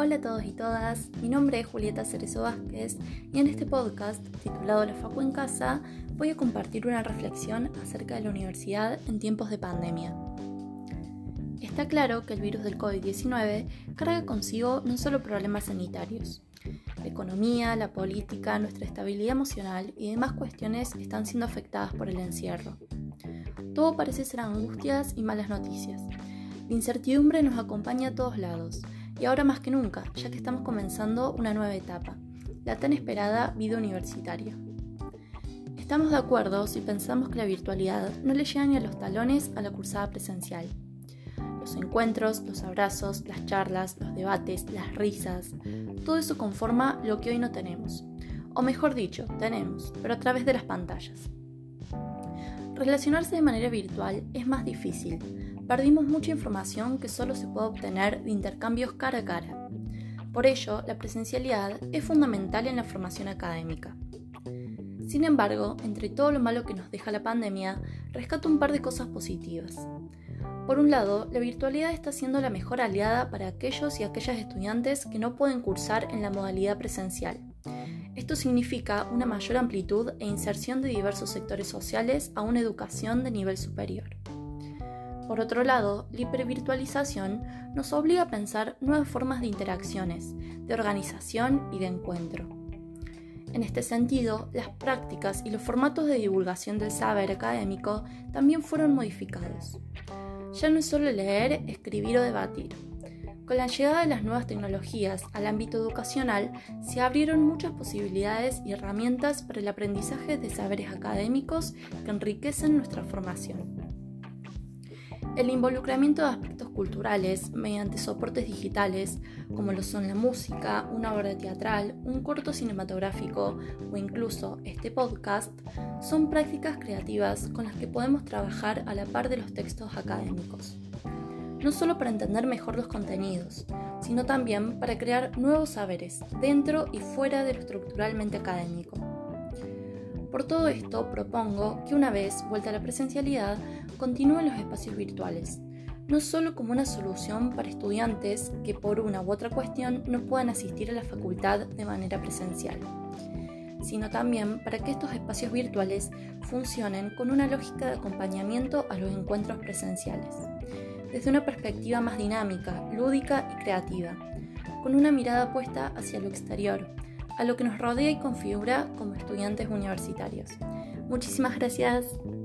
Hola a todos y todas, mi nombre es Julieta Cerezo Vázquez y en este podcast, titulado La Facu en Casa, voy a compartir una reflexión acerca de la universidad en tiempos de pandemia. Está claro que el virus del COVID-19 carga consigo no solo problemas sanitarios. La economía, la política, nuestra estabilidad emocional y demás cuestiones están siendo afectadas por el encierro. Todo parece ser angustias y malas noticias. La incertidumbre nos acompaña a todos lados, y ahora más que nunca, ya que estamos comenzando una nueva etapa, la tan esperada vida universitaria. Estamos de acuerdo si pensamos que la virtualidad no le llega ni a los talones a la cursada presencial. Los encuentros, los abrazos, las charlas, los debates, las risas, todo eso conforma lo que hoy no tenemos. O mejor dicho, tenemos, pero a través de las pantallas. Relacionarse de manera virtual es más difícil. Perdimos mucha información que solo se puede obtener de intercambios cara a cara. Por ello, la presencialidad es fundamental en la formación académica. Sin embargo, entre todo lo malo que nos deja la pandemia, rescato un par de cosas positivas. Por un lado, la virtualidad está siendo la mejor aliada para aquellos y aquellas estudiantes que no pueden cursar en la modalidad presencial. Esto significa una mayor amplitud e inserción de diversos sectores sociales a una educación de nivel superior. Por otro lado, la hipervirtualización nos obliga a pensar nuevas formas de interacciones, de organización y de encuentro. En este sentido, las prácticas y los formatos de divulgación del saber académico también fueron modificados. Ya no es solo leer, escribir o debatir. Con la llegada de las nuevas tecnologías al ámbito educacional, se abrieron muchas posibilidades y herramientas para el aprendizaje de saberes académicos que enriquecen nuestra formación. El involucramiento de aspectos culturales mediante soportes digitales, como lo son la música, una obra teatral, un corto cinematográfico o incluso este podcast, son prácticas creativas con las que podemos trabajar a la par de los textos académicos. No solo para entender mejor los contenidos, sino también para crear nuevos saberes dentro y fuera de lo estructuralmente académico. Por todo esto, propongo que una vez vuelta a la presencialidad, continúen los espacios virtuales, no solo como una solución para estudiantes que por una u otra cuestión no puedan asistir a la facultad de manera presencial, sino también para que estos espacios virtuales funcionen con una lógica de acompañamiento a los encuentros presenciales, desde una perspectiva más dinámica, lúdica y creativa, con una mirada puesta hacia lo exterior, a lo que nos rodea y configura como estudiantes universitarios. Muchísimas gracias.